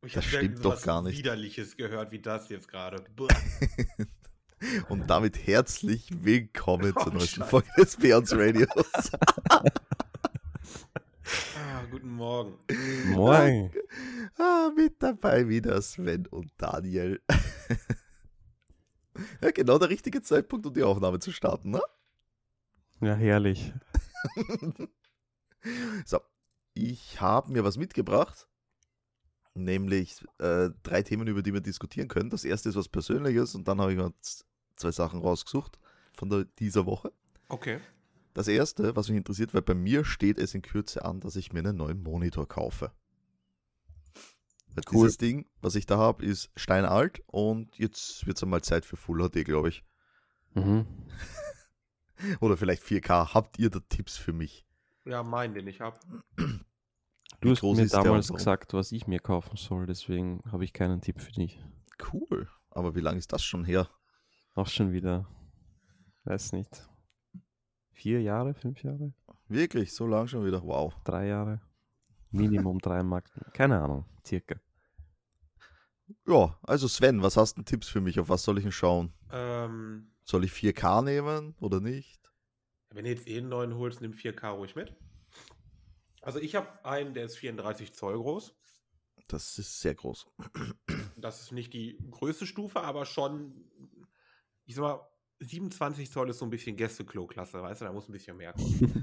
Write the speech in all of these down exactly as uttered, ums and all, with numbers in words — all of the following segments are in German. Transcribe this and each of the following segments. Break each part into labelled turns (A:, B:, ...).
A: Ich
B: Das
A: habe
B: stimmt
A: selten
B: doch
A: sowas
B: gar nicht.
A: Widerliches gehört wie das jetzt gerade.
B: Und damit herzlich willkommen
A: Oh,
B: zur neuesten
A: Scheiße.
B: Folge des Beyonds Radios.
A: Ah, guten Morgen.
C: Moin.
B: Ah, mit dabei wieder Sven und Daniel. Ja, genau der richtige Zeitpunkt, um die Aufnahme zu starten, ne?
C: Ja, herrlich.
B: So, ich habe mir was mitgebracht, nämlich äh, drei Themen, über die wir diskutieren können. Das erste ist was Persönliches und dann habe ich mir z- zwei Sachen rausgesucht von der, dieser Woche.
A: Okay.
B: Das erste, was mich interessiert, weil bei mir steht es in Kürze an, dass ich mir einen neuen Monitor kaufe. Weil
C: Cool.
B: Dieses Ding, was ich da habe, ist steinalt und jetzt wird es einmal Zeit für Full H D, glaube ich.
C: Mhm.
B: Oder vielleicht vier K. Habt ihr da Tipps für mich?
A: Ja, mein, den ich habe.
C: Du hast
B: groß
C: mir
B: ist der
C: damals
B: und warum?
C: gesagt, was ich mir kaufen soll, deswegen habe ich keinen Tipp für dich.
B: Cool. Aber wie lange ist das schon her?
C: Auch schon wieder, weiß nicht, vier Jahre, fünf Jahre,
B: Wirklich, so lang schon wieder? Wow.
C: drei Jahre, Minimum drei Mark, keine Ahnung, circa.
B: Ja, also Sven, was hast du Tipps für mich? Auf was soll ich denn schauen?
A: Ähm,
B: Soll ich vier K nehmen oder nicht?
A: wenn du jetzt eh einen neuen holst, nimm vier K ruhig mit. Also ich habe einen, der ist vierunddreißig Zoll groß.
B: Das ist sehr groß.
A: Das ist nicht die größte Stufe, aber schon, ich sag mal, siebenundzwanzig Zoll ist so ein bisschen Gästeklo-Klasse, weißt du, da muss ein bisschen mehr kosten.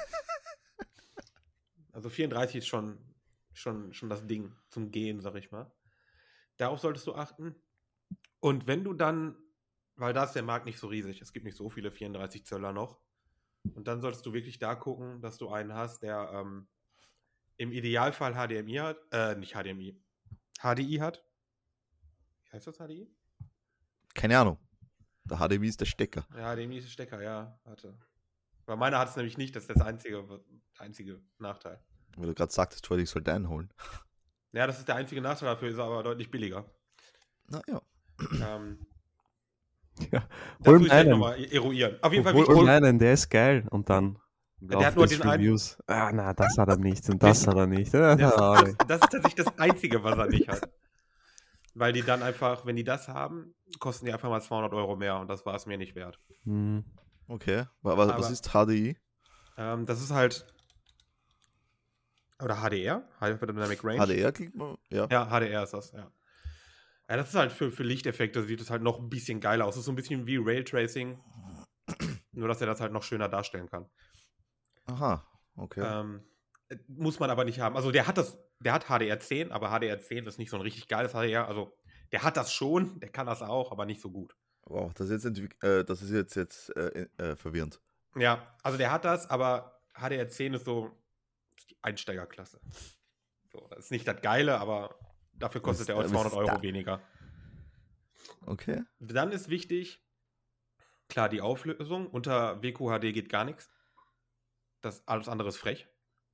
A: Also vierunddreißig ist schon, schon, schon das Ding zum Gehen, sag ich mal. Darauf solltest du achten. Und wenn du dann, weil da ist der Markt nicht so riesig, es gibt nicht so viele vierunddreißig Zöller noch. Und dann solltest du wirklich da gucken, dass du einen hast, der ähm, im Idealfall H D M I hat, äh, nicht H D M I, H D I hat. Wie heißt das H D I?
B: Keine Ahnung. Der H D M I ist der Stecker.
A: Ja, H D M I ist Stecker, ja, warte. Weil meiner hat es nämlich nicht, das ist das einzige, einzige Nachteil.
B: Weil du gerade sagtest, ich soll deinen holen.
A: Ja, das ist der einzige Nachteil, dafür ist er aber deutlich billiger.
B: Naja.
A: Ähm,
C: Ja,
A: das
C: hol
A: muss ich gleich
C: meinen,
A: nochmal eruieren. Auf jeden Fall
C: hol
A: wichtig.
C: meinen, der ist geil. Und dann
A: Der hat nur den einen-
C: Reviews. Ah, na, das hat er nicht und das hat er nicht. Ah,
A: Das,
C: ah,
A: das, das ist tatsächlich das Einzige, was er nicht hat. Weil die dann einfach, wenn die das haben, kosten die einfach mal zweihundert Euro mehr und das war es mir nicht wert.
C: hm.
B: Okay. Aber, aber was
A: Aber-
B: ist H D I?
A: Ähm, das ist halt. Oder H D R? Hyperdynamic Range?
B: H D R klingt mal. Ja.
A: Ja, H D R ist das, ja. Ja, das ist halt für, für Lichteffekte, sieht es halt noch ein bisschen geiler aus. Das ist so ein bisschen wie Raytracing, nur dass er das halt noch schöner darstellen kann.
B: Aha. Okay.
A: Ähm, äh, muss man aber nicht haben. Also der hat das, der hat H D R zehn, aber H D R zehn ist nicht so ein richtig geiles H D R. Also der hat das schon, der kann das auch, aber nicht so gut.
B: Wow, das ist jetzt, entwick- äh, das ist jetzt, jetzt äh, äh, verwirrend.
A: Ja, also der hat das, aber H D R zehn ist so die Einsteigerklasse. So, das ist nicht das Geile, aber dafür kostet
B: Was-
A: der auch
B: äh, was
A: zweihundert
B: ist
A: Euro
B: da?
A: weniger.
B: Okay.
A: Dann ist wichtig, klar, die Auflösung. Unter W Q H D geht gar nichts. Das alles andere ist frech.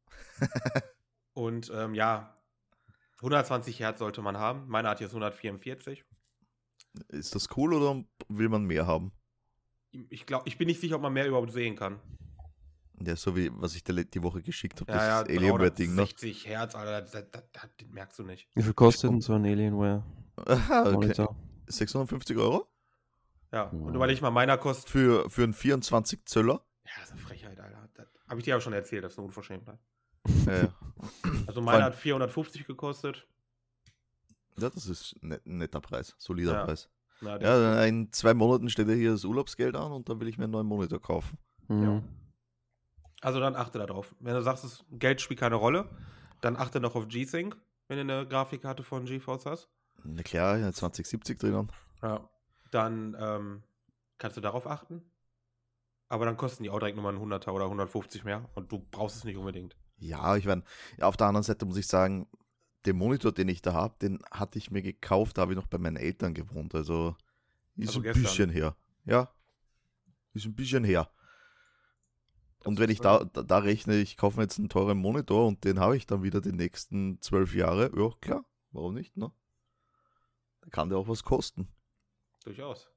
A: Und ähm, ja, hundertzwanzig Hertz sollte man haben. Meiner hat jetzt hundertvierundvierzig.
B: Ist das cool oder will man mehr haben?
A: Ich glaube, ich bin nicht sicher, ob man mehr überhaupt sehen kann.
B: Ja, so wie was ich dir die Woche geschickt habe,
A: Ja, ja,
B: das Alienware-Ding, ne?
A: dreihundertsechzig Hertz, Alter, das, das, das, das merkst du nicht.
C: Wie viel kostet denn so ein Alienware
B: Aha, okay.
C: Monitor?
B: sechshundertfünfzig Euro?
A: Ja, und
C: Wow.
A: überleg mal, meiner kostet.
B: Für, für einen vierundzwanzig Zöller?
A: Ja, das ist eine Frechheit, Alter. Das habe ich dir ja schon erzählt, das ist eine Unverschämtheit.
B: Ja, ja.
A: Also
B: Vor
A: meiner
B: allem-
A: hat vierhundertfünfzig gekostet.
B: Ja, das ist ne- ein netter Preis, solider
A: Ja.
B: Preis.
A: Na, der
B: Ja, in zwei Monaten steht ja hier das Urlaubsgeld an und dann will ich mir einen neuen Monitor kaufen.
C: Hm.
A: Also dann achte darauf. Wenn du sagst, das Geld spielt keine Rolle, dann achte noch auf G-Sync, wenn du eine Grafikkarte von GeForce hast.
B: Na klar, ja, zwanzig siebzig drinnen.
A: Ja. Dann ähm, kannst du darauf achten. Aber dann kosten die auch direkt nochmal ein hunderter oder hundertfünfzig mehr und du brauchst es nicht unbedingt.
B: Ja, ich meine, auf der anderen Seite muss ich sagen, den Monitor, den ich da habe, den hatte ich mir gekauft, da habe ich noch bei meinen Eltern gewohnt. Also ist
A: Also
B: ein
A: gestern.
B: bisschen her. Ja, ist ein bisschen her.
A: Das
B: Und wenn
A: ist
B: ich da, da, da rechne, ich kaufe mir jetzt einen teuren Monitor und den habe ich dann wieder die nächsten zwölf Jahre, ja klar, warum nicht, ne? Da kann der auch was kosten.
A: Durchaus.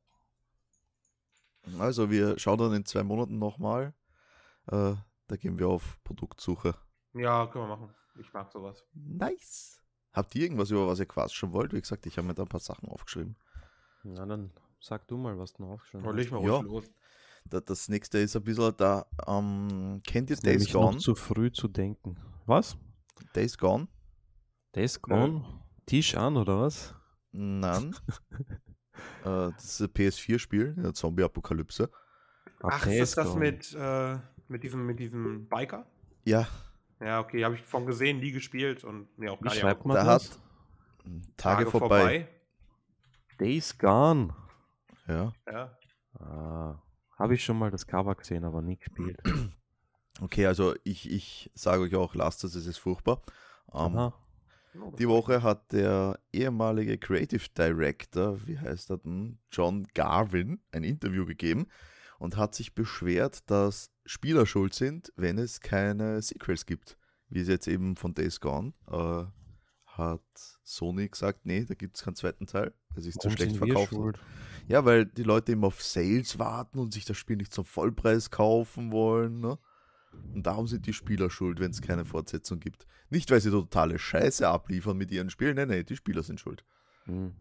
B: Also wir schauen dann in zwei Monaten nochmal. Äh, da gehen wir auf Produktsuche.
A: Ja, können wir machen. Ich mag sowas.
B: Nice. Habt ihr irgendwas, über was ihr quatschen wollt? Wie gesagt, ich habe mir da ein paar Sachen aufgeschrieben.
C: Na dann sag du mal, was du noch aufgeschrieben
A: Oh,
C: hast.
A: leg mal
B: Ja.
A: ruhig los.
B: Da, das nächste ist ein bisschen da, ähm, kennt ihr
C: Ist
B: Days
C: nämlich
B: Gone?
C: noch zu früh zu denken. Was?
B: Days Gone?
C: Days Gone? Tisch an, oder was?
B: Nein. äh, das ist ein P S vier Spiel, eine Zombie-Apokalypse.
A: Ach,
C: Days
A: ist das
C: Gone.
A: mit, äh, mit, diesem, mit diesem Biker?
B: Ja,
A: Ja, okay, habe ich von gesehen, nie gespielt und mir auch
C: Wie
A: gar nicht
C: schreibt man
B: da
C: das?
B: hat Tage, vorbei.
C: Days Gone.
B: Ja.
A: Ja.
C: Ah, habe ich schon mal das Cover gesehen, aber nie gespielt.
B: Okay, also ich, ich sage euch auch, lasst es, es ist furchtbar. Ähm,
C: Aha.
A: Oh, das
B: die
A: war-
B: Woche hat der ehemalige Creative Director, wie heißt er denn, John Garvin, ein Interview gegeben und hat sich beschwert, dass Spieler schuld sind, wenn es keine Sequels gibt. Wie es jetzt eben von Days Gone äh, hat Sony gesagt, nee, da gibt es keinen zweiten Teil. Es ist zu
C: Warum
B: schlecht
C: sind wir
B: verkauft.
C: schuld?
B: Ja, weil die Leute immer auf Sales warten und sich das Spiel nicht zum Vollpreis kaufen wollen. Ne? Und darum sind die Spieler schuld, wenn es keine Fortsetzung gibt. Nicht, weil sie totale Scheiße abliefern mit ihren Spielen. Nein, nein, die Spieler sind schuld.
C: Hm.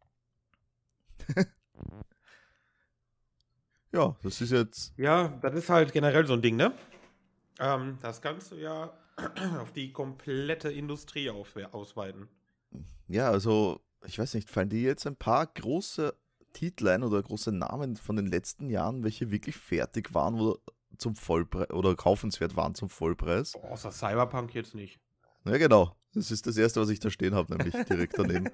B: Ja, das ist jetzt.
A: Ja, das ist halt generell so ein Ding, ne? Ähm, das kannst du ja auf die komplette Industrie auf, ausweiten.
B: Ja, also, ich weiß nicht, fallen dir jetzt ein paar große Titel ein oder große Namen von den letzten Jahren, welche wirklich fertig waren oder zum Vollpreis oder kaufenswert waren zum Vollpreis?
A: Boah, außer Cyberpunk jetzt nicht.
B: Ja, genau. Das ist das erste, was ich da stehen habe, nämlich direkt daneben.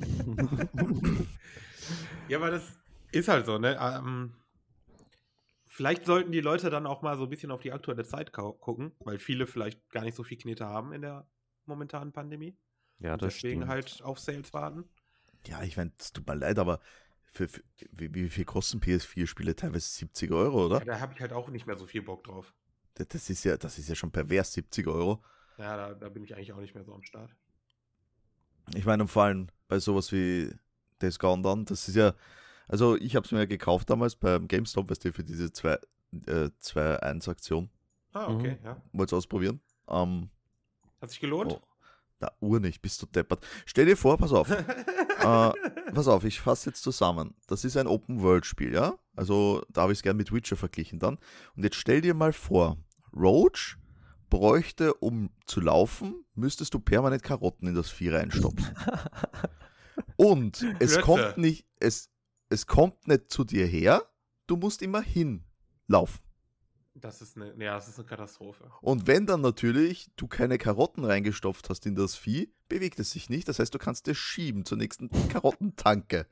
A: Ja, aber das ist halt so, ne? Ähm, vielleicht sollten die Leute dann auch mal so ein bisschen auf die aktuelle Zeit kau- gucken, weil viele vielleicht gar nicht so viel Knete haben in der momentanen Pandemie.
C: Ja,
A: Und
C: das
A: deswegen
C: stimmt.
A: halt auf Sales warten.
B: Ja, ich meine, es tut mir leid, aber für, für, wie, wie viel kosten P S vier Spiele? Teilweise siebzig Euro, oder?
A: Ja, da habe ich halt auch nicht mehr so viel Bock drauf.
B: Das, das, ist ja, das ist ja schon pervers, siebzig Euro.
A: Ja, da, da bin ich eigentlich auch nicht mehr so am Start.
B: Ich meine, und vor allem bei sowas wie Days Gone dann, das ist ja, also ich habe es mir ja gekauft damals beim GameStop, weißt du, für diese zwei eins Aktion.
A: Ah, okay, ja.
B: Wollte es ausprobieren. Ähm,
A: Hat sich gelohnt?
B: oh, na, Uhr nicht, bist du deppert. Stell dir vor, pass auf. äh, pass auf, ich fasse jetzt zusammen. Das ist ein Open-World-Spiel, ja? Also da habe ich es gern mit Witcher verglichen dann. Und jetzt stell dir mal vor, Roach bräuchte, um zu laufen, müsstest du permanent Karotten in das Vieh reinstopfen. Und es
A: Klötze.
B: kommt nicht, es, es kommt nicht zu dir her, du musst immer hinlaufen.
A: Das ist eine, ja, das ist eine Katastrophe.
B: Und wenn dann natürlich du keine Karotten reingestopft hast in das Vieh, bewegt es sich nicht. Das heißt, du kannst es schieben zur nächsten Karottentanke.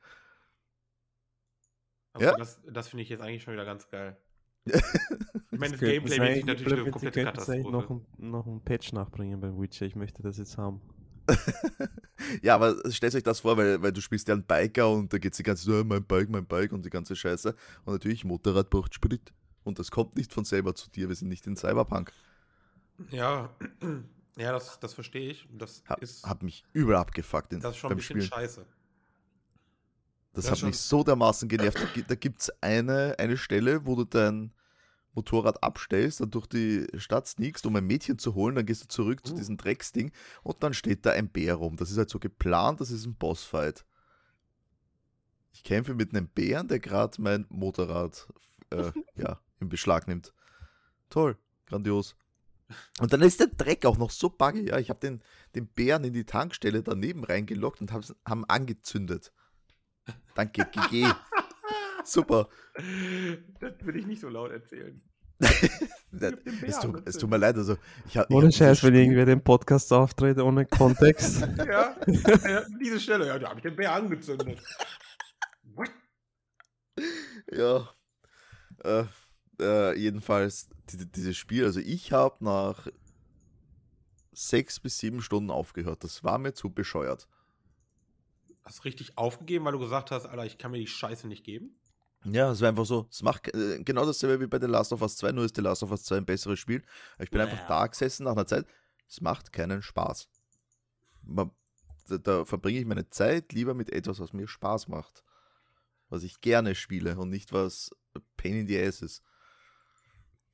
A: Aber
B: Ja?
A: das, das finde ich jetzt eigentlich schon wieder ganz geil. Ich meine, das
C: Könnten
A: Gameplay
C: sie
A: wird sich
C: eigentlich-
A: natürlich eine
C: sie
A: komplette
C: könnten sie eigentlich
A: Katastrophe.
C: noch, ein, noch ein Patch nachbringen beim Witcher. Ich möchte das jetzt haben.
B: Ja, aber stellt euch das vor, weil, weil du spielst ja einen Biker und da geht die ganze Zeit, oh, mein Bike, mein Bike und die ganze Scheiße. Und natürlich, Motorrad braucht Sprit. Und das kommt nicht von selber zu dir. Wir sind nicht in Cyberpunk.
A: Ja, ja, das, das verstehe ich. Das
B: Ha,
A: ist,
B: hat mich übel abgefuckt in,
A: das ist schon ein
B: beim
A: bisschen
B: Spielen.
A: scheiße.
B: Das
A: Ja,
B: hat
A: schon.
B: mich so dermaßen genervt. Da, gi- da gibt es eine, eine Stelle, wo du dein Motorrad abstellst, dann durch die Stadt sneakst, um ein Mädchen zu holen, dann gehst du zurück zu
A: Uh.
B: diesem Drecksding und dann steht da ein Bär rum. Das ist halt so geplant, das ist ein Bossfight. Ich kämpfe mit einem Bären, der gerade mein Motorrad äh, ja, in Beschlag nimmt. Toll, grandios. Und dann ist der Dreck auch noch so buggy. Ja, ich habe den, den Bären in die Tankstelle daneben reingelockt und hab's- haben angezündet. Danke, G G. Super.
A: Das will ich nicht so laut erzählen.
B: Das,
A: hab den Bär
B: es, tut,
A: angezündet.
B: es tut mir leid, also ich habe
C: Ohne Scheiß, wenn irgendwer den Podcast auftritt ohne Kontext.
A: Ja, ja, diese Stelle, ja, da habe ich den Bär angezündet. What?
B: Ja. Äh, äh, jedenfalls, die, dieses Spiel, also ich habe nach sechs bis sieben Stunden aufgehört. Das war mir zu bescheuert.
A: Hast du richtig aufgegeben, weil du gesagt hast, Alter, ich kann mir die Scheiße nicht geben?
B: Ja, es war einfach so, es macht äh, genau dasselbe wie bei The Last of Us zwei, nur ist The Last of Us zwei ein besseres Spiel. Ich bin einfach da gesessen nach einer Zeit, es macht keinen Spaß. Man, da, da verbringe ich meine Zeit lieber mit etwas, was mir Spaß macht. Was ich gerne spiele und nicht was Pain in the Ass ist.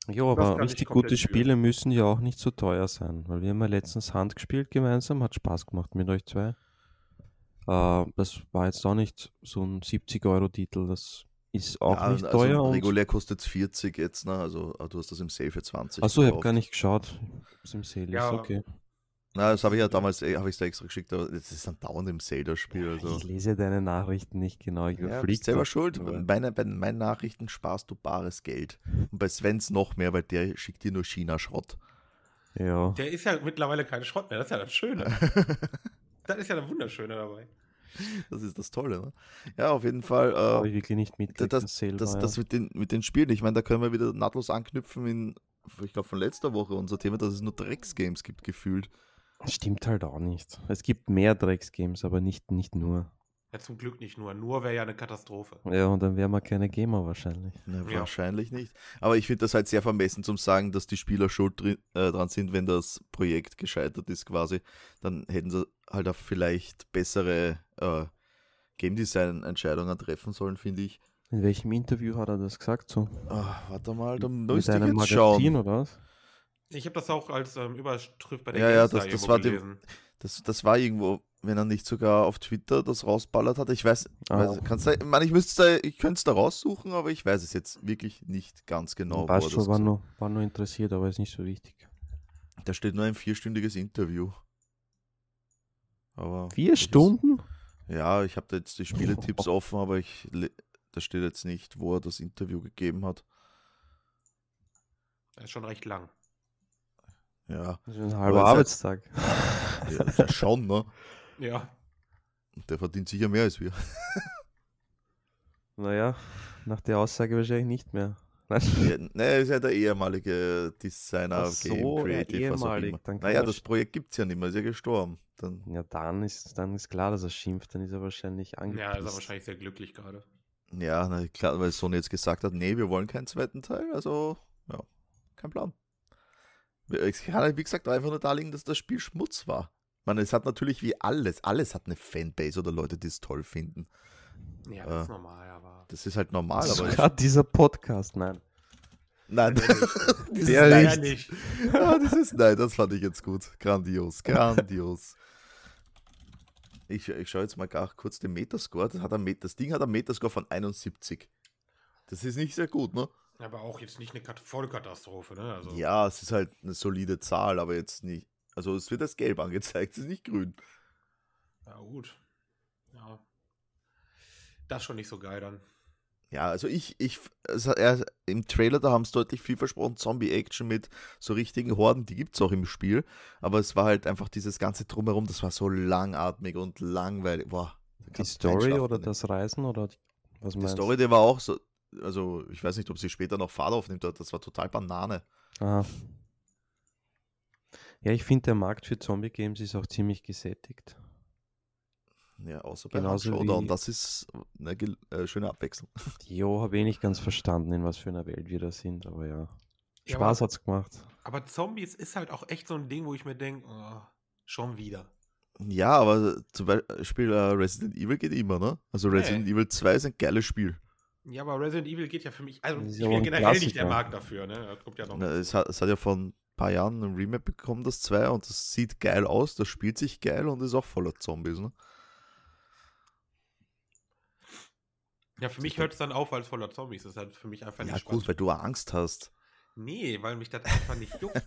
C: Jo,
A: Das
C: aber
A: kann ich
C: richtig
A: komplett
C: gute
A: fühlen.
C: Spiele müssen ja auch nicht so teuer sein, weil wir haben ja letztens Hand gespielt gemeinsam, hat Spaß gemacht mit euch zwei. Äh, das war jetzt auch nicht so ein siebzig-Euro-Titel, das ist auch
B: Ja,
C: nicht
B: also
C: teuer und...
B: regulär kostet es vierzig jetzt, ne? Also ah, du hast das im Sale für zwanzig
C: Achso, ich habe gar
B: gekauft.
C: nicht geschaut, was im Sale ist,
A: Ja,
C: okay.
B: Na, das habe ich ja damals, eh, habe ich da extra geschickt, aber das ist dann dauernd im Sale, das Spiel. Also.
C: Ich lese deine Nachrichten nicht genau, ich
B: Ja, bist
C: überfliege
B: selber
C: das.
B: schuld.
C: aber-
B: Meine, bei meinen Nachrichten sparst du bares Geld. Und bei Svens noch mehr, weil der schickt dir nur China-Schrott.
C: Ja,
A: der ist ja mittlerweile kein Schrott mehr. Das ist ja das Schöne. Das ist ja das Wunderschöne dabei.
B: Das ist das Tolle, ne? Ja, auf jeden Fall.
C: habe
B: Äh,
C: ich wirklich nicht mitgekriegt,
B: das,
C: dass Sale
B: das,
C: war,
B: das
C: ja.
B: mit, den, mit den Spielen, ich meine, da können wir wieder nahtlos anknüpfen in, ich glaube, von letzter Woche unser Thema, dass es nur Drecks-Games gibt, gefühlt.
C: Stimmt halt auch nicht. Es gibt mehr Drecks-Games, aber nicht, nicht nur.
A: Ja, zum Glück nicht nur. Nur wäre ja eine Katastrophe.
C: Ja, und dann wären wir keine Gamer wahrscheinlich.
B: Na,
A: Ja.
B: wahrscheinlich nicht. Aber ich finde das halt sehr vermessen zum sagen, dass die Spieler schuld drin, äh, dran sind, wenn das Projekt gescheitert ist quasi. Dann hätten sie halt auch vielleicht bessere äh, Game Design-Entscheidungen treffen sollen, finde ich.
C: In welchem Interview hat er das gesagt? So?
B: Ah, warte mal, da
C: Mit
B: müsste ich
C: einem
B: jetzt
C: Magazin
B: schauen.
C: oder was?
A: Ich habe das auch als ähm, Überschrift bei der
B: Ja, ja,
A: GameStar
B: das- das
A: irgendwo
B: war die-
A: gelesen.
B: Das, das war irgendwo, wenn er nicht sogar auf Twitter das rausballert hat. Ich weiß,
C: Ah.
B: weiß kann's da, ich meine, ich müsste, ich könnte es da raussuchen, aber ich weiß es jetzt wirklich nicht ganz genau, wo er
C: Passt
B: das
C: schon, war
B: gesagt
C: nur, war nur interessiert, aber ist nicht so wichtig.
B: hat. Da steht nur ein vierstündiges Interview. Aber
C: Vier
B: das ist-
C: Stunden?
B: Ja, ich habe da jetzt die Spieletipps offen, aber ich, le- da steht jetzt nicht, wo er das Interview gegeben hat.
A: Das ist schon recht lang.
B: Ja,
C: Das ist ein
B: Aber
C: halber
B: es hat-
C: Arbeitstag.
B: ja, ja schon, ne?
A: Ja.
B: Der verdient sicher mehr als wir.
C: Naja, nach der Aussage wahrscheinlich nicht mehr. Nein.
B: Ja, ne, er ist ja der ehemalige Designer,
C: Ach so,
B: Game
C: ja,
B: Creative, was auch
C: ehemalig,
B: immer.
C: dann kann
B: Naja,
C: er
B: das
C: sch-
B: Projekt gibt es ja nicht mehr, ist ja gestorben. Dann,
C: Ja, dann ist, dann ist klar, dass er schimpft, dann ist er wahrscheinlich angepisst.
A: Ja, ist er wahrscheinlich sehr glücklich gerade.
B: ja, na, klar, weil Sony jetzt gesagt hat, nee, wir wollen keinen zweiten Teil, also, ja, kein Plan. Es kann halt, wie gesagt, einfach nur darlegen, dass das Spiel Schmutz war. Ich meine, es hat natürlich wie alles, alles hat eine Fanbase oder Leute, die es toll finden.
A: Ja, das ist
B: Äh,
A: normal, aber.
B: Das ist halt normal, aber...
C: Sogar dieser Podcast, nein.
B: Nein, dieses
C: Der
B: Nein,
A: Ja, nicht.
B: ja, dieses Nein, das fand ich jetzt gut. Grandios, grandios. Ich, ich schaue jetzt mal gar kurz den Metascore. Das, hat ein Met- das Ding hat einen Metascore von einundsiebzig. Das ist nicht sehr gut, ne?
A: Aber auch jetzt nicht eine Kat Vollkatastrophe, ne? Also,
B: Ja, es ist halt eine solide Zahl, aber jetzt nicht. Also es wird als gelb angezeigt, es ist nicht grün.
A: ja, gut. Ja. Das ist schon nicht so geil dann.
B: Ja, also ich, ich, es hat, er, im Trailer, da haben es deutlich viel versprochen, Zombie-Action mit so richtigen Horden, die gibt es auch im Spiel, aber es war halt einfach dieses ganze Drumherum, das war so langatmig und langweilig. Boah, da
C: Die
B: kannst du
C: Story
B: einschlafen
C: oder
B: damit.
C: das Reisen oder die- was
B: Die
C: meinst du?
B: Story, die war auch so, also ich weiß nicht, ob sie später noch Fahrt aufnimmt, aber das war total Banane.
C: Aha. Ja, ich finde, der Markt für Zombie-Games ist auch ziemlich gesättigt.
B: Ja, außer bei
C: Genauso
B: Hand Showdown,
C: wie-
B: das ist eine gel- äh, schöne Abwechslung.
C: Jo, habe ich nicht ganz verstanden, in was für einer Welt wir da sind, aber ja.
A: Ja,
C: Spaß
A: aber-
C: hat's gemacht.
A: Aber Zombies ist halt auch echt so ein Ding, wo ich mir denke, oh, schon wieder.
B: Ja, aber zum Beispiel äh, Resident Evil geht immer, ne? Also Resident
A: Nee.
B: Evil zwei ist ein geiles Spiel.
A: Ja, aber Resident Evil geht ja für mich. Also,
C: Das ist
A: ich
C: ja
A: bin
C: auch ein
A: generell nicht der
C: Klassiker.
A: Markt dafür, ne? Da kommt ja noch.
B: Na, es, hat, es hat ja vor ein paar Jahren ein Remake bekommen, das zwei, und das sieht geil aus, das spielt sich geil und ist auch voller Zombies, ne?
A: Ja, für mich hört es dann auf, weil es voller Zombies ist. Das ist halt für mich einfach
B: Ja
A: nicht
B: gut, weil du Angst hast.
A: Nee, weil mich das einfach nicht juckt.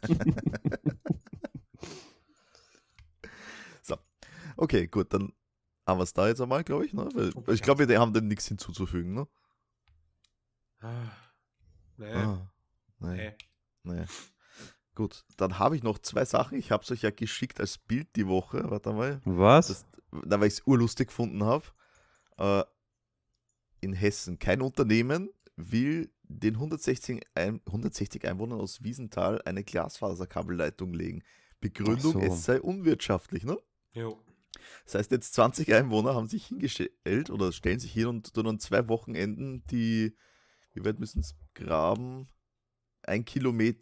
B: So. Okay, gut, dann haben wir es da jetzt einmal, glaube ich, ne? Weil,
A: Okay.
B: ich glaube, wir haben dem nichts hinzuzufügen, ne?
A: Ah, nee,
B: Ah, nee,
A: nee.
B: nee. Gut, dann habe ich noch zwei Sachen. Ich habe es euch ja geschickt als Bild die Woche. Warte mal.
C: Was?
B: Das, da, weil ich es urlustig gefunden habe. Äh, in Hessen, kein Unternehmen will den hundertsechzig, ein, hundertsechzig Einwohnern aus Wiesenthal eine Glasfaserkabelleitung legen. Begründung,
C: Ach so.
B: es sei unwirtschaftlich, ne?
A: Jo.
B: Das heißt, jetzt zwanzig Einwohner haben sich hingestellt oder stellen sich hin und tun an zwei Wochenenden die, wie weit müssen es graben? Ein Kilometer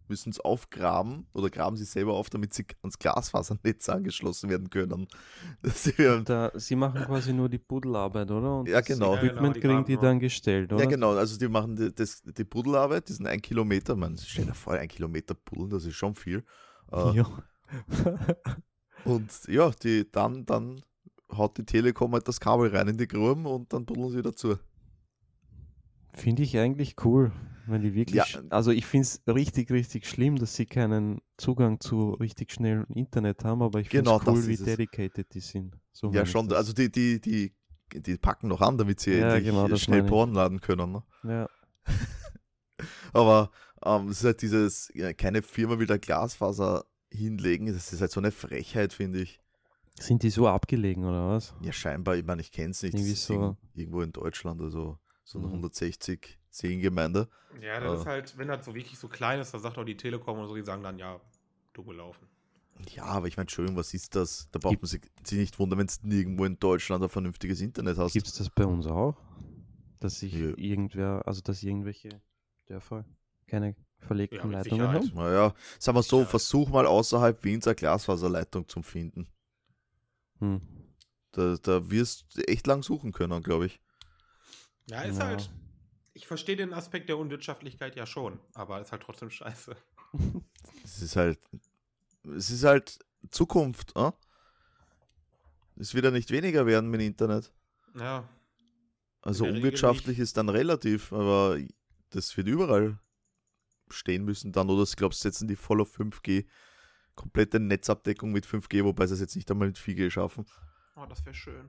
B: müssen es aufgraben oder graben sie selber auf, damit sie ans Glasfasernetz angeschlossen werden können. Das ist ja,
C: Da, sie machen quasi nur die Buddelarbeit, oder? Und
B: Ja,
C: das
B: genau.
A: Ja, genau,
C: Equipment
A: die
C: kriegen
A: graben
C: die
A: nur.
C: dann gestellt, oder?
B: ja, genau. Also die machen die, das, die Buddelarbeit, diesen ein Kilometer. Man, stell dir vor, ein Kilometer Buddeln, das ist schon viel. Äh,
C: Ja.
B: Und ja, die, dann, dann haut die Telekom halt das Kabel rein in die Gruben und dann buddeln sie dazu.
C: Finde ich eigentlich cool, wenn die wirklich,
B: Ja.
C: sch- also ich finde es richtig, richtig schlimm, dass sie keinen Zugang zu richtig schnellem Internet haben, aber ich finde
B: Genau,
C: es cool,
B: das
C: wie
B: ist es.
C: dedicated die sind. So meine
B: Ja,
C: ich
B: schon.
C: das.
B: Also die, die, die, die packen noch an, damit sie
C: Ja,
B: endlich
C: genau, das
B: schnell
C: meine ich.
B: Porn laden können. Ne?
C: Ja,
B: Aber ähm, es ist halt dieses, ja, keine Firma will da Glasfaser hinlegen. Das ist halt so eine Frechheit, finde ich.
C: sind die so abgelegen oder was?
B: Ja, scheinbar, ich meine, ich kenne es nicht.
C: Irgendwie
B: Das ist
C: so-
B: irgend- irgendwo in Deutschland, also so eine
C: Mhm.
B: hundertsechzig Seelengemeinde.
A: Ja, das
B: Ah.
A: ist halt, wenn das so wirklich so klein ist, da sagt auch die Telekom und so, die sagen dann, ja, dumm gelaufen.
B: Ja, aber ich meine, Entschuldigung, was ist das? Da braucht
C: Gibt-
B: man sich, sich nicht wundern, wenn du nirgendwo in Deutschland ein vernünftiges Internet hast.
C: Gibt es das bei uns auch? Dass sich
B: Ja.
C: irgendwer, also dass irgendwelche Dörfer keine verlegten
A: Ja, mit
C: Leitungen
A: Sicherheit.
C: haben?
B: Naja, sagen wir so,
A: Sicherheit.
B: versuch mal außerhalb Wiens eine Glasfaserleitung zu finden.
C: Hm.
B: Da, da wirst du echt lang suchen können, glaube ich.
A: Ja, ist
C: Ja.
A: halt, ich verstehe den Aspekt der Unwirtschaftlichkeit ja schon, aber ist halt trotzdem scheiße.
B: Es ist halt, es ist halt Zukunft, äh? Es wird ja nicht weniger werden mit dem Internet.
A: Ja,
B: Also
A: In der Regel
B: unwirtschaftlich
A: nicht.
B: ist dann relativ, aber das wird überall stehen müssen dann, oder ich glaube, setzen die voll auf fünf G, komplette Netzabdeckung mit fünf G, wobei sie es jetzt nicht einmal mit vier G schaffen.
A: oh, das wäre schön.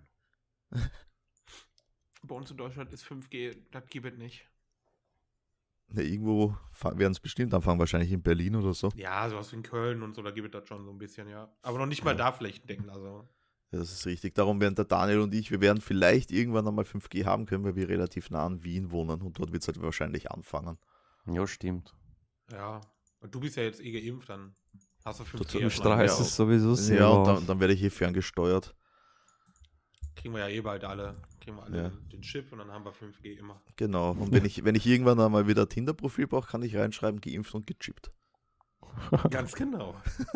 A: Bei uns in Deutschland ist fünf G, das gibt es nicht.
B: Ja, irgendwo werden es bestimmt anfangen, wahrscheinlich in Berlin oder so.
A: Ja, sowas wie in Köln und so, da gibt es das schon so ein bisschen, ja. Aber noch nicht mal
B: Ja.
A: da flächendeckend, also.
B: Ja, das ist richtig. Darum werden der Daniel und ich, wir werden vielleicht irgendwann einmal fünf G haben können, weil wir relativ nah an Wien wohnen und dort wird es halt wahrscheinlich anfangen.
C: Ja, stimmt.
A: Ja. Und du bist ja jetzt eh geimpft, dann hast du fünf
B: Total.
A: G.
C: Du
B: Ja,
C: strahlst
B: ja.
C: es sowieso sehr
B: Ja, und
C: aus.
B: dann, dann werde ich hier ferngesteuert.
A: Kriegen wir ja eh bald alle. Kriegen wir alle
B: Ja.
A: den Chip und dann haben wir fünf G immer.
B: Genau. Und wenn ich, wenn ich irgendwann einmal wieder ein Tinder-Profil brauche, kann ich reinschreiben, geimpft und gechippt.
A: Ganz genau.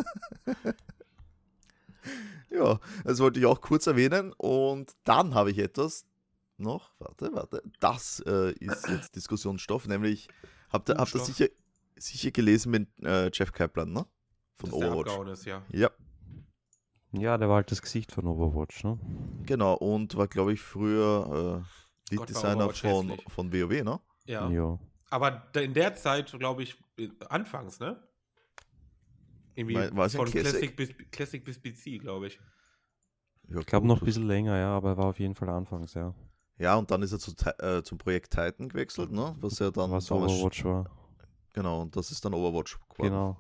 B: Ja, das wollte ich auch kurz erwähnen. Und dann habe ich etwas noch, warte, warte, das äh, ist jetzt Diskussionsstoff, nämlich, habt ihr, habt ihr
A: Stoff.
B: sicher, sicher gelesen mit äh, Jeff Kaplan, ne? Von
A: Dass der
B: Overwatch.
A: abgehauen ist, ja.
B: Ja,
C: Ja, der war halt das Gesicht von Overwatch, ne?
B: genau. Und war, glaube ich, früher äh,
A: Gott, war
B: Lead-Designer
A: Overwatch
B: von,
A: hässlich.
B: von WoW, ne?
A: Ja.
C: Ja.
A: Aber da- in der Zeit, glaube ich, äh, anfangs, ne? Irgendwie
B: War- war es ein
A: von
B: Classic?
A: Classic bis, Classic bis B C, glaube ich.
B: Ja,
C: Ich glaube
B: gut,
C: noch ein
B: das-
C: bisschen länger, ja, aber er war auf jeden Fall anfangs, ja.
B: Ja, und dann ist er zu, Ti- äh, zum Projekt Titan gewechselt, ne? Was er dann
C: Was
B: damals-
C: Overwatch war.
B: Genau, und das ist dann Overwatch geworden.
C: Genau.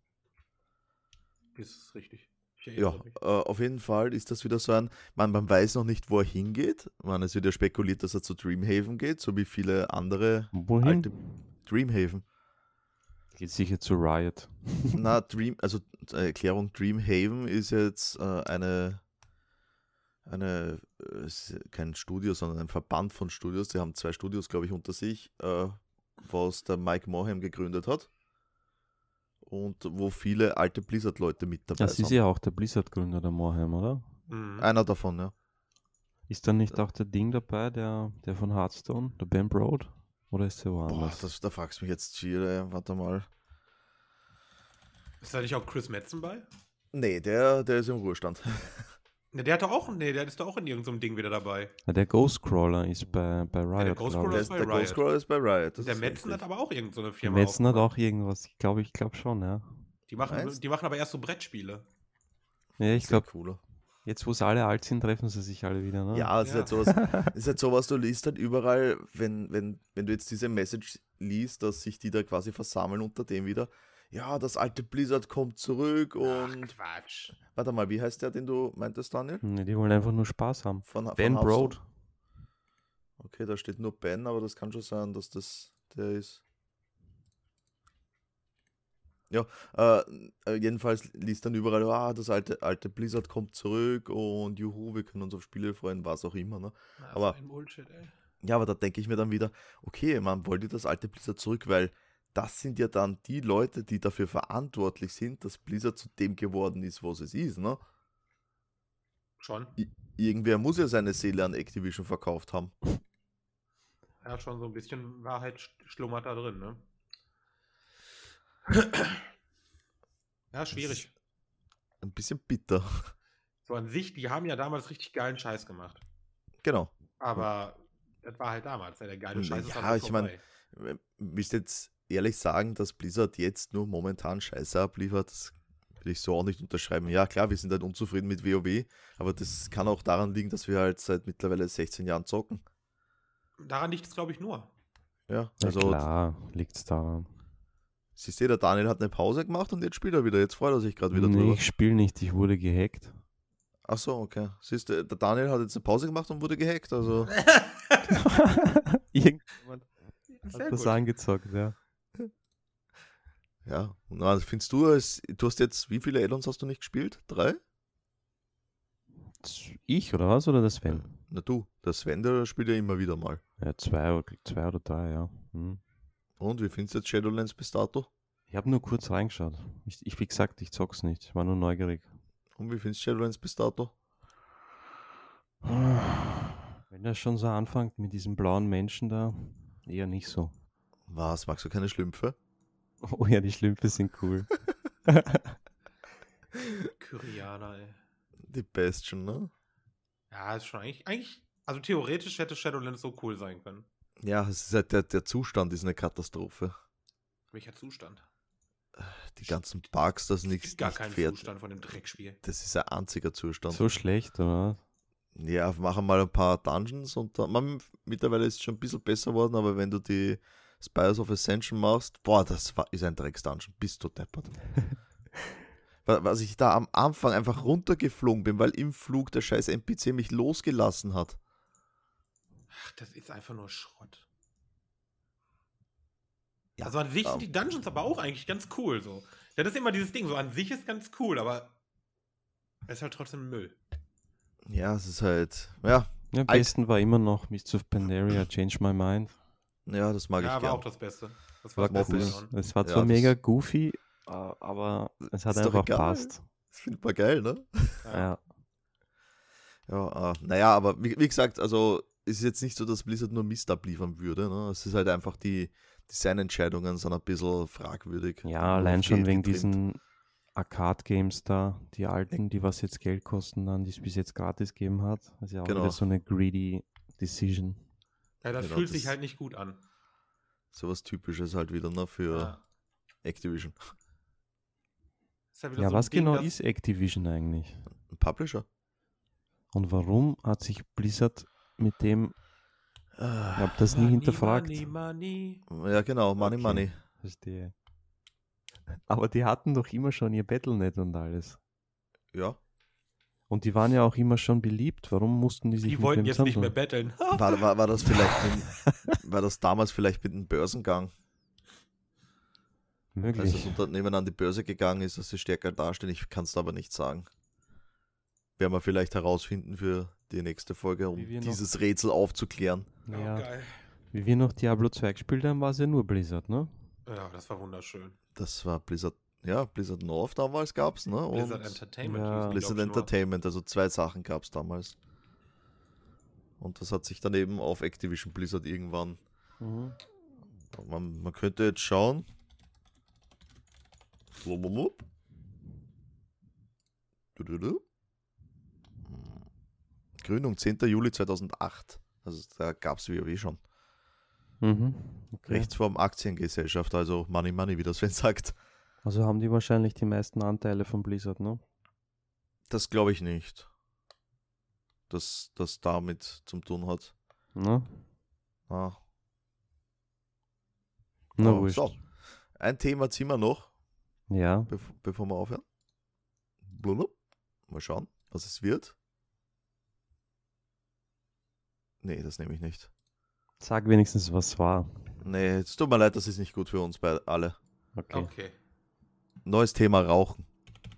A: Das ist richtig. Ich
B: Ja,
A: erinnere mich.
B: äh, auf jeden Fall ist das wieder so ein, man, man weiß noch nicht, wo er hingeht. Man, es wird ja spekuliert, dass er zu Dreamhaven geht, so wie viele andere
C: Wohin?
B: alte Dreamhaven.
C: Geht sicher zu Riot.
B: Na, Dream, also zur Erklärung, Dreamhaven ist jetzt äh, eine, eine äh, es ist kein Studio, sondern ein Verband von Studios. Die haben zwei Studios, glaube ich, unter sich, äh, was der Mike Morhaime gegründet hat. Und wo viele alte Blizzard-Leute mit dabei
C: Das
B: sind.
C: ist ja auch der Blizzard-Gründer, der Morheim, oder?
A: Mhm.
B: Einer davon, ja.
C: Ist dann nicht auch der Ding dabei, der, der von Hearthstone, der Ben Broad? Oder ist der
B: Boah,
C: woanders?
B: das, da fragst du mich jetzt viel, ey. Warte mal.
A: Ist da nicht auch Chris Metzen bei?
B: Nee, der, der ist im Ruhestand.
A: Ne, der hat doch auch, nee, der ist doch auch in irgendeinem Ding wieder dabei.
C: Ja, der Ghostcrawler ist bei, bei Riot,
A: Ghostcrawler
C: glaube
B: Der,
C: ich.
B: ist,
A: bei
B: der
A: Riot.
B: Ghostcrawler ist bei Riot. Das
A: der
B: ist
A: Metzen hat
B: richtig.
A: aber auch irgendeine so
C: Der
A: Firma.
C: Metzen hat
A: aufgemacht.
C: auch irgendwas. Ich glaube, ich glaube schon, ja.
A: Die machen,
B: Meinst?
A: die machen aber erst so Brettspiele.
C: Ja, ich
B: Sehr
C: glaube,
B: cooler.
C: jetzt wo sie alle alt sind, treffen sie sich alle wieder, ne?
B: Ja, es
A: Ja.
B: ist halt sowas, es ist halt sowas, du liest halt überall, wenn, wenn, wenn du jetzt diese Message liest, dass sich die da quasi versammeln unter dem wieder. Ja, das alte Blizzard kommt zurück und.
A: Ach, Quatsch.
B: Warte mal, wie heißt der, den du meintest, Daniel?
C: Nee, die wollen einfach nur Spaß haben.
B: Von, von
C: Ben
B: Hearthstone?
C: Broad.
B: Okay, da steht nur Ben, aber das kann schon sein, dass das der ist. Ja, äh, äh, jedenfalls liest dann überall, ah, das alte, alte Blizzard kommt zurück und juhu, wir können uns auf Spiele freuen, was auch immer. Ne?
A: Na,
B: Aber-
A: so ein Bullshit, ey.
B: Ja, aber da denke ich mir dann wieder, okay, man wollte das alte Blizzard zurück, weil das sind ja dann die Leute, die dafür verantwortlich sind, dass Blizzard zu dem geworden ist, was es ist, ne?
A: Schon.
B: I- Irgendwer muss ja seine Seele an Activision verkauft haben.
A: Ja, schon so ein bisschen Wahrheit sch- schlummert da drin, ne? Ja, schwierig.
B: Ein bisschen bitter.
A: So an sich, die haben ja damals richtig geilen Scheiß gemacht.
B: Genau.
A: Aber das war halt damals. Ja, der geile Scheiß ist
B: Ja,
A: halt
B: ich meine, willst du jetzt ehrlich sagen, dass Blizzard jetzt nur momentan Scheiße abliefert? Das will ich so auch nicht unterschreiben. Ja, klar, wir sind halt unzufrieden mit WoW, aber das kann auch daran liegen, dass wir halt seit mittlerweile sechzehn Jahren zocken.
A: Daran liegt es, glaube ich, nur.
B: Ja,
C: Ja,
B: also
C: klar, liegt es daran.
B: siehst du, der Daniel hat eine Pause gemacht und jetzt spielt er wieder. Jetzt freut er sich gerade wieder
C: Nee,
B: drüber.
C: ich spiele nicht, ich wurde gehackt.
B: Ach so, okay. Siehst du, der Daniel hat jetzt eine Pause gemacht und wurde gehackt. Also
C: Irgendjemand
A: Sehr
C: hat das
A: gut.
C: angezockt, ja.
B: ja, und was findest du, als, du hast jetzt, wie viele Add-ons hast du nicht gespielt? Drei?
C: Ich oder was? Oder der Sven?
B: Na du, der Sven, der spielt ja immer wieder mal.
C: Ja, zwei oder, zwei oder drei, ja. Hm.
B: Und wie findest du jetzt Shadowlands bis dato?
C: Ich habe nur kurz reingeschaut. Ich, ich, wie gesagt, ich zock's nicht. Ich war nur neugierig.
B: Und wie findest du Shadowlands bis dato?
C: Wenn das schon so anfängt mit diesem blauen Menschen da, eher nicht so.
B: Was, magst du keine Schlümpfe?
C: Oh ja, die Schlümpfe sind cool.
A: Kyrianer, ey.
B: Die Bastion, ne?
A: Ja, ist schon eigentlich, eigentlich, also theoretisch hätte Shadowlands so cool sein können.
B: Ja, es ist halt der, der Zustand ist eine Katastrophe.
A: Welcher Zustand?
B: Die ganzen Bugs, das
A: Es
B: nichts
A: gibt gar
B: nicht
A: keinen
B: fährt.
A: Zustand von dem Dreckspiel.
B: Das ist ein einziger Zustand.
C: So schlecht, oder?
B: Ja, machen mal ein paar Dungeons und dann, man, mittlerweile ist es schon ein bisschen besser geworden, aber wenn du die Spires of Ascension machst, boah, das war, ist ein Drecksdungeon, bist du deppert. Wa- Was ich da am Anfang einfach runtergeflogen bin, weil im Flug der scheiß N P C mich losgelassen hat.
A: Ach, das ist einfach nur Schrott.
B: Ja,
A: also an sich
B: ähm,
A: sind die Dungeons aber auch eigentlich ganz cool so. Ja, das ist immer dieses Ding, so an sich ist ganz cool, aber es ist halt trotzdem Müll.
B: Ja, es ist halt, ja,
C: Ja, am
B: Alt-
C: besten war immer noch Mists of Pandaria, Change My Mind.
B: ja, das mag
A: Ja,
B: ich
A: war
B: gern.
A: auch das Beste. Das
C: War
A: war das
C: cool.
A: Beste davon.
C: Es war
B: Ja,
C: zwar
B: das-
C: mega goofy, äh, aber es hat
B: Ist doch
C: einfach
B: egal.
C: passt.
B: Das findet man geil, ne?
C: Ja.
B: Ja, äh, naja, aber wie, wie gesagt, also es ist jetzt nicht so, dass Blizzard nur Mist abliefern würde. Ne? Es ist halt einfach, die Designentscheidungen sind ein bisschen fragwürdig.
C: Ja,
B: Nur
C: allein
B: auf
C: schon
B: Geld
C: wegen
B: getrimmt.
C: diesen Arcade-Games da, die alten, die was jetzt Geld kosten, dann, die es bis jetzt gratis gegeben hat. Das ist ja auch
B: Genau.
C: wieder so eine greedy Decision.
A: Ja, das
B: Genau,
A: fühlt
B: das-
A: sich halt nicht gut an.
B: Sowas Typisches halt wieder ne, für
A: Ja.
B: Activision.
A: Ist ja, wieder
C: Ja,
A: so ein
C: was
A: Ding,
C: genau
A: das-
C: ist Activision eigentlich?
B: Ein Publisher.
C: Und warum hat sich Blizzard mit dem, ich
B: Ah,
C: habe das nie
A: Money,
C: hinterfragt.
A: Money, money.
B: ja, genau, Money
C: Okay.
B: Money.
C: Verstehe. Aber die hatten doch immer schon ihr Battle punkt net und alles.
B: Ja.
C: Und die waren ja auch immer schon beliebt. Warum mussten die sich
A: Die
C: mit
A: wollten
C: wem
A: jetzt nicht mehr
C: zusammentun?
A: betteln.
B: War, war, war das vielleicht mit, war das damals vielleicht mit dem Börsengang, als das
C: Möglich.
B: Unternehmen an die Börse gegangen ist, dass sie stärker dastehen? Ich kann es aber nicht sagen. Werden wir vielleicht herausfinden für die nächste Folge, um
C: Wie wir noch-
B: dieses Rätsel aufzuklären.
A: Oh,
C: Ja.
A: geil.
C: Wie wir noch Diablo zwei gespielt haben, war es ja nur Blizzard, ne?
A: Ja, das war wunderschön.
B: Das war Blizzard, ja, Blizzard North damals gab es, ne?
A: Blizzard
B: Und
A: Entertainment.
C: ja,
A: hießen die,
B: Blizzard
A: glaub ich, nur.
B: Entertainment, also zwei Sachen gab es damals. Und das hat sich dann eben auf Activision Blizzard irgendwann.
C: Mhm.
B: Man, man könnte jetzt schauen. Blubblubblub. Dududu. Hm. Gründung zehnter Juli zweitausendacht. Also da gab es WoW schon.
C: Mhm. Okay.
B: Rechtsform Aktiengesellschaft, also Money Money, wie das Sven sagt.
C: Also haben die wahrscheinlich die meisten Anteile von Blizzard, ne?
B: Das glaube ich nicht. Dass das damit zu tun hat.
C: Na,
B: Ah.
C: Na
B: Aber
C: wurscht.
B: so. Ein Thema ziehen wir noch,
C: Ja,
B: bev bevor wir aufhören. Blubblub. Mal schauen, was es wird. Nee, das nehme ich nicht.
C: sag wenigstens, was war.
B: Nee, es tut mir leid, das ist nicht gut für uns bei alle.
C: Okay.
A: Okay.
B: Neues Thema Rauchen.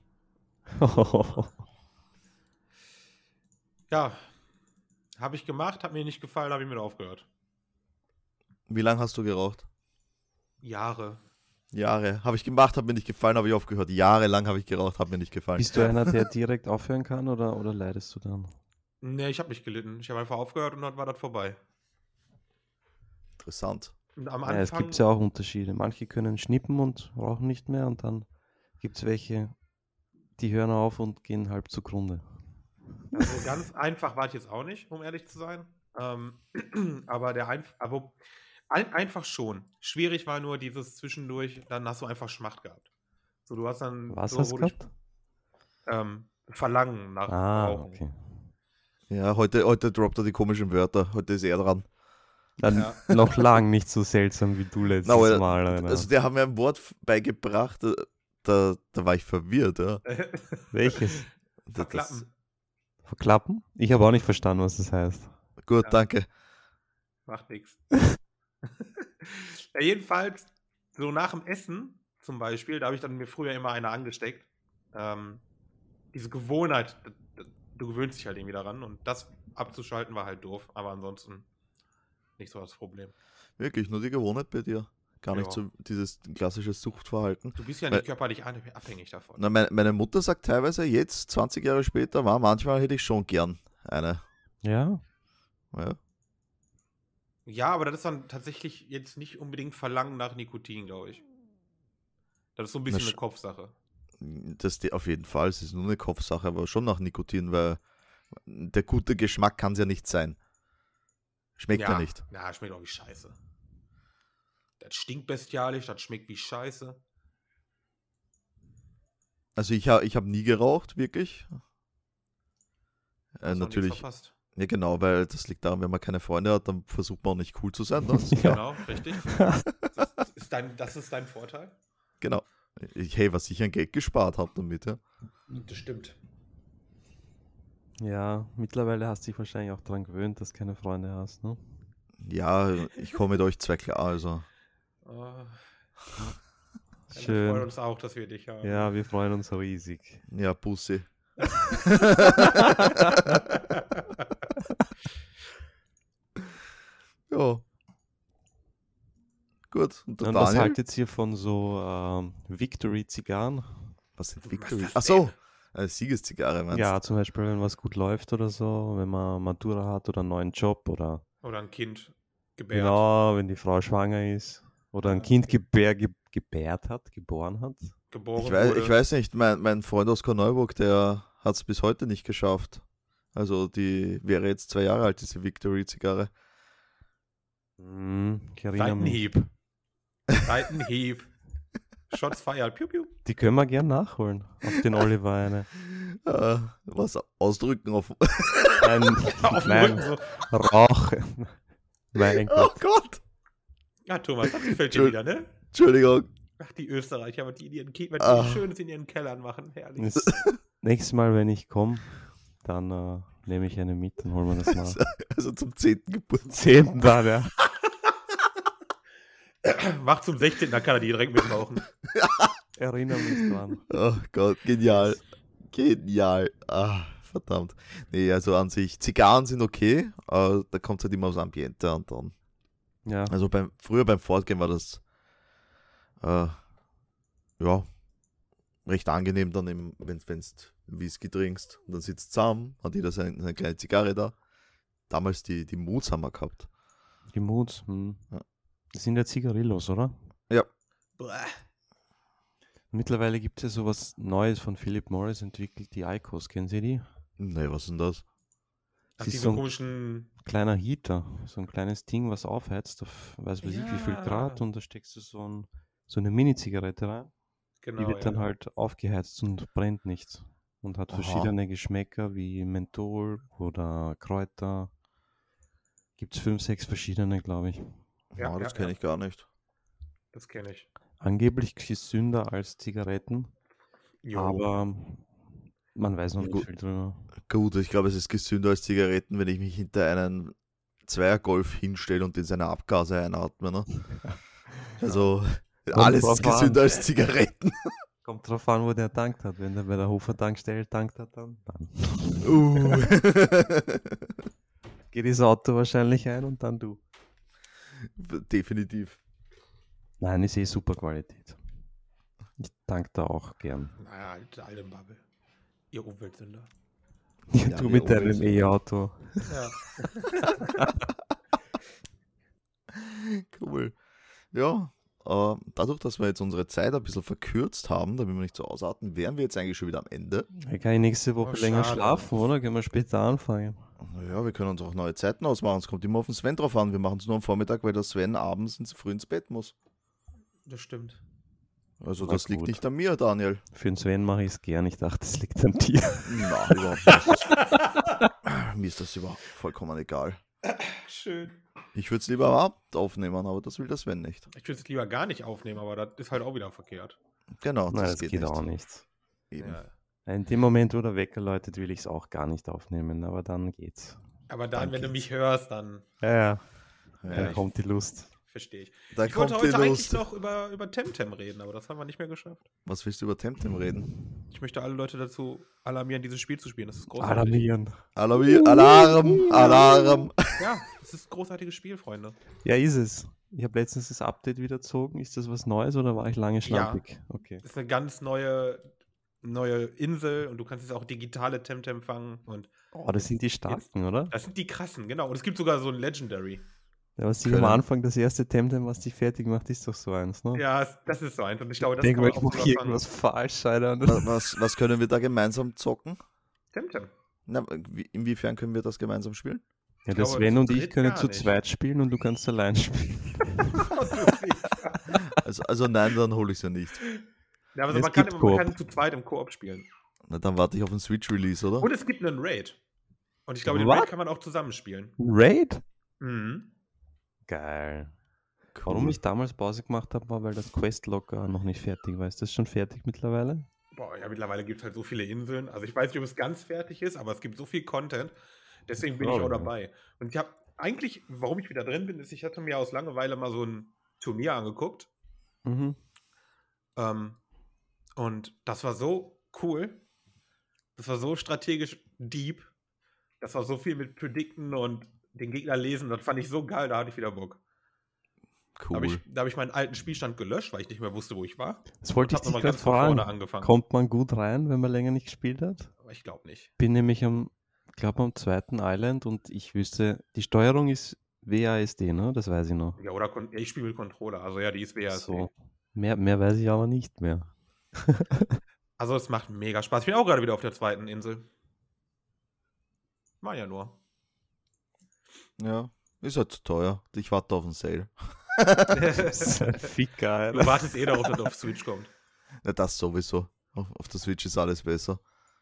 A: Ja. Habe ich gemacht, hat mir nicht gefallen, habe ich mit aufgehört.
B: Wie lange hast du geraucht?
A: Jahre.
B: Jahre. Habe ich gemacht, hat mir nicht gefallen, habe ich aufgehört. Jahrelang habe ich geraucht, hat mir nicht gefallen.
C: Bist du einer, der direkt aufhören kann oder, oder leidest du dann?
A: Nee, ich habe nicht gelitten. Ich habe einfach aufgehört und dann war das vorbei.
B: Interessant.
A: Und am
C: Ja, es
A: Anfang,
C: gibt ja auch Unterschiede. Manche können schnippen und rauchen nicht mehr und dann gibt es welche, die hören auf und gehen halb zugrunde.
A: also ganz einfach war ich jetzt auch nicht, um ehrlich zu sein. Ähm, aber der Einf aber ein einfach schon. Schwierig war nur dieses zwischendurch, dann hast du einfach Schmacht gehabt. So, du hast dann
C: Was
A: so,
C: hast
A: wo
C: du
A: du
C: gehabt?
A: ähm, Verlangen nach
C: Ah,
A: Rauchen.
C: okay.
B: Ja, heute, heute droppt er die komischen Wörter. Heute ist er dran.
C: Dann
A: Ja.
C: noch lang nicht so seltsam wie du letztes
B: Na, aber,
C: Mal. Alter.
B: also der hat mir ein Wort beigebracht, da, da, da war ich verwirrt. Ja.
C: Welches?
B: Das-
A: Verklappen.
C: Verklappen? Ich habe auch nicht verstanden, was das heißt.
B: Gut,
A: Ja.
B: danke.
A: Macht nichts. Ja, jedenfalls, so nach dem Essen zum Beispiel, da habe ich dann mir früher immer eine angesteckt. Ähm, diese Gewohnheit, d- d- du gewöhnst dich halt irgendwie daran und das abzuschalten war halt doof, aber ansonsten nicht so das Problem.
B: Wirklich, nur die Gewohnheit bei dir. Gar nicht
A: Ja.
B: so dieses klassische Suchtverhalten.
A: Du bist ja
B: Weil-
A: nicht körperlich an- abhängig davon.
B: Na, meine, meine Mutter sagt teilweise jetzt, zwanzig Jahre später, war manchmal hätte ich schon gern eine.
C: Ja?
B: Ja.
A: Ja, aber das ist dann tatsächlich jetzt nicht unbedingt Verlangen nach Nikotin, glaube ich. Das ist so ein bisschen
B: Na,
A: eine Kopfsache.
B: Das die, auf jeden Fall, es ist nur eine Kopfsache, aber schon nach Nikotin, weil der gute Geschmack kann es ja nicht sein. Schmeckt ja, nicht.
A: Ja, schmeckt auch wie Scheiße. Das stinkt bestialisch, das schmeckt wie Scheiße.
B: Also ich, ha, ich habe nie geraucht, wirklich. Äh,
A: Hast auch nichts
B: natürlich,
A: verpasst.
B: ja genau, weil das liegt daran, wenn man keine Freunde hat, dann versucht man auch nicht cool zu sein. Ne?
C: Ja.
A: Genau, richtig. Das ist dein, das ist dein Vorteil.
B: Genau. Ich, hey, was ich an Geld gespart habe damit, ja.
A: Das stimmt.
C: Ja, mittlerweile hast du dich wahrscheinlich auch daran gewöhnt, dass du keine Freunde hast, ne?
B: Ja, ich komme mit euch zwei klar, also.
A: Oh, ja, wir freuen
C: Schön.
A: uns auch, dass wir dich haben.
C: Ja, wir freuen uns riesig.
B: Ja, Pussy. Ja. Gut, und der
C: Und was
B: Daniel?
C: haltet ihr von so ähm, Victory-Zigarren?
B: Was sind
A: Was
B: Victory?
A: ist das
B: Achso, eine Siegeszigarre meinst
C: Ja, zum Beispiel, wenn was gut läuft oder so, wenn man Matura hat oder einen neuen Job oder
A: Oder ein Kind gebärt.
C: genau, wenn die Frau schwanger ist oder ein
A: Ja.
C: Kind gebär, ge, gebärt hat, geboren hat.
A: Geboren
B: Ich weiß,
A: wurde.
B: ich weiß nicht, mein, mein Freund aus Korneuburg, der hat es bis heute nicht geschafft. Also die wäre jetzt zwei Jahre alt, diese Victory-Zigarre.
C: Hm, ich erinnere mich.
A: Seitenhieb. Seitenhieb. Shots fired. Piu, piu.
C: Die können wir gern nachholen auf den Oliver eine.
B: Äh, was ausdrücken auf...
C: Nein,
A: Auf dem
C: nein,
A: Rücken so.
C: rauchen. Mein
B: Oh
C: Gott.
B: Gott!
A: Ja, Thomas, das gefällt dir wieder, ne?
B: Entschuldigung.
A: Ach, die Österreicher, was die in ihren, Ke- was
B: Ah.
A: die Schönes in ihren Kellern machen. Herrlich.
C: Das nächstes Mal, wenn ich komme, dann äh, nehme ich eine mit und holen wir das nach.
B: Also zum zehnten Geburtstag.
C: Zehnten dann, ja.
A: Macht zum sechzehnten Da kann er die direkt mitrauchen.
C: Erinnere mich dran.
B: Oh Gott, genial. Genial. Ah, verdammt. Nee, also an sich, Zigarren sind okay, aber da kommt halt immer aufs Ambiente und dann.
C: Ja,
B: Also beim, früher beim Fortgehen war das äh, ja recht angenehm dann, eben, wenn du Whisky trinkst und dann sitzt zusammen, hat jeder seine, seine kleine Zigarre da. Damals die, die Moods haben wir gehabt.
C: die Moods. Hm.
B: Ja.
C: Das sind ja Zigarillos, oder?
B: Ja,
A: Bäh.
C: Mittlerweile gibt es ja sowas Neues von Philip Morris entwickelt, die Icos. Kennen Sie die?
B: nee, was ist denn das?
A: Ach,
C: Sie ist
A: diese
C: so ein
A: komischen.
C: kleiner Heater, so ein kleines Ding, was aufheizt auf weiß weiß ich wie viel
A: Ja.
C: Grad und da steckst du so, ein, so eine Mini-Zigarette rein.
A: Genau.
C: Die wird dann
A: ja.
C: halt aufgeheizt und brennt nicht. Und hat
B: Aha.
C: verschiedene Geschmäcker wie Menthol oder Kräuter. Gibt es fünf, sechs verschiedene, glaube ich.
A: Ja,
B: Ah, das
A: ja,
B: kenne
A: ja.
B: ich gar nicht.
A: Das kenne ich.
C: Angeblich gesünder als Zigaretten,
A: Jo.
C: aber man weiß noch
B: Ja,
C: nicht
B: gut.
C: viel drüber.
B: Gut, ich glaube, es ist gesünder als Zigaretten, wenn ich mich hinter einen Zweiergolf hinstelle und in seine Abgase einatme. Ne? Also alles
C: drauf
B: ist gesünder
C: an.
B: als Zigaretten.
C: Kommt drauf an, wo der tankt hat. Wenn der bei der Hofer Tankstelle tankt hat, dann, dann
B: Uh.
C: geht das Auto wahrscheinlich ein und dann du.
B: Definitiv.
C: Nein, ist eh super Qualität. Ich danke da auch gern.
A: Naja, halt alle im Bubble. Ihr Umweltsünder.
C: Ja,
B: Ja,
C: du
B: die
C: mit deinem
B: Umwelt-
C: E-Auto.
A: Ja.
B: Cool. Ja, äh, dadurch, dass wir jetzt unsere Zeit ein bisschen verkürzt haben, damit wir nicht so ausarten, wären wir jetzt eigentlich schon wieder am Ende.
C: Da kann ich nächste Woche
A: Oh,
C: länger
A: schade.
C: schlafen, oder? Können wir später anfangen?
B: Naja, wir können uns auch neue Zeiten ausmachen. Es kommt immer auf den Sven drauf an. Wir machen es nur am Vormittag, weil der Sven abends ins, früh ins Bett muss.
A: Das stimmt.
B: Also
C: Na
B: das liegt
C: gut.
B: nicht an mir, Daniel.
C: Für den Sven mache ich es gern. Ich dachte, das liegt an dir.
B: Na, überhaupt nicht. Mir ist das überhaupt vollkommen egal.
A: Schön.
B: Ich würde es lieber am Abend aufnehmen, aber das will der Sven nicht.
A: Ich würde es lieber gar nicht aufnehmen, aber das ist halt auch wieder verkehrt.
B: Genau,
C: Nein,
B: das,
C: das
B: geht,
C: geht
B: nicht.
C: auch nicht.
B: Eben.
A: Ja.
C: In dem Moment, wo der Wecker läutet, will ich es auch gar nicht aufnehmen, aber dann geht's.
A: Aber dann,
B: Dann
A: wenn du
B: geht's.
A: mich hörst, dann
C: Ja, ja.
B: Ja,
C: Da
A: ich-
C: kommt die Lust.
A: verstehe ich.
B: da
A: Ich
B: kommt
A: wollte
B: die
A: heute eigentlich
B: Lust.
A: noch über, über Temtem reden, aber das haben wir nicht mehr geschafft.
B: Was willst du über Temtem reden?
A: Ich möchte alle Leute dazu alarmieren, dieses Spiel zu spielen. Das ist großartig.
C: Alarmieren.
B: Alarm, Alarm, Alarm.
A: Ja, das ist ein großartiges Spiel, Freunde.
C: Ja, ist es. Ich habe letztens das Update wieder gezogen. Ist das was Neues oder war ich lange schlampig? Okay.
A: Das ist eine ganz neue, neue Insel und du kannst jetzt auch digitale Temtem fangen. Und
C: Oh, das sind die starken, oder?
A: das sind die krassen, genau. Und es gibt sogar so ein Legendary.
C: Ja, was sich am
B: Können.
C: Anfang das erste Temtem, was dich fertig macht, ist doch so eins, ne?
A: Ja, es- das ist so eins. Und ich glaube,
C: ich
A: das
C: denke
A: kann
C: mal,
A: man
C: ich
A: auch
C: mache
A: sogar fangen.
C: irgendwas falsch, scheitern.
B: Was, was, was können wir da gemeinsam zocken?
A: Temtem.
B: Na, wie- inwiefern können wir das gemeinsam spielen?
C: Ja,
A: glaube,
C: der Sven
A: zu
C: und ich
A: dritt
C: können
A: gar
C: zu
A: nicht.
C: zweit spielen und du kannst allein spielen.
B: Also, also nein, dann hole ich es ja nicht.
A: Ja, also
C: Es
A: man kann,
C: gibt
A: immer, man
C: Koop.
A: kann zu zweit im Koop spielen.
B: Na, dann warte ich auf den Switch-Release, oder?
A: Und es gibt einen Raid. Und ich glaube, den
C: Was?
A: Raid kann man auch zusammenspielen.
C: Raid?
A: Mhm.
C: Geil.
B: Cool.
C: Warum ich damals Pause gemacht habe, war, weil das Questlog äh, noch nicht fertig war. Ist das schon fertig mittlerweile?
A: Boah, ja, mittlerweile gibt es halt so viele Inseln. Also ich weiß nicht, ob es ganz fertig ist, aber es gibt so viel Content. Deswegen bin ich
C: Oh,
A: auch
C: ja.
A: dabei. Und ich habe eigentlich, warum ich wieder drin bin, ist, ich hatte mir aus Langeweile mal so ein Turnier angeguckt.
C: Mhm.
A: Ähm, und das war so cool. Das war so strategisch deep. Das war so viel mit Predicten und den Gegner lesen. Das fand ich so geil, da hatte ich wieder Bock. Da habe
B: Cool.
A: ich, da hab ich meinen alten Spielstand gelöscht, weil ich nicht mehr wusste, wo ich war.
C: Das wollte
A: Und
C: ich
A: hab
C: dich
A: nochmal
C: gerade
A: ganz von vorne
C: fragen.
A: angefangen.
C: Kommt man gut rein, wenn man länger nicht gespielt hat?
A: Aber ich glaube nicht.
C: Bin nämlich am, glaube am zweiten Island und ich wüsste, die Steuerung ist W A S D, ne? Das weiß ich noch.
A: Ja, oder kon- ja, ich spiele mit Controller. Also ja, die ist W A S D.
C: So. Mehr, mehr weiß ich aber nicht mehr.
A: Also es macht mega Spaß. Ich bin auch gerade wieder auf der zweiten Insel. War ja nur.
B: Ja, ist halt zu teuer. Ich warte auf den Sale.
C: Das ist ein Ficker,
A: Du
C: Alter.
A: wartest eh darauf, dass er auf Switch kommt.
B: Na, das sowieso. Auf, auf der Switch ist alles besser.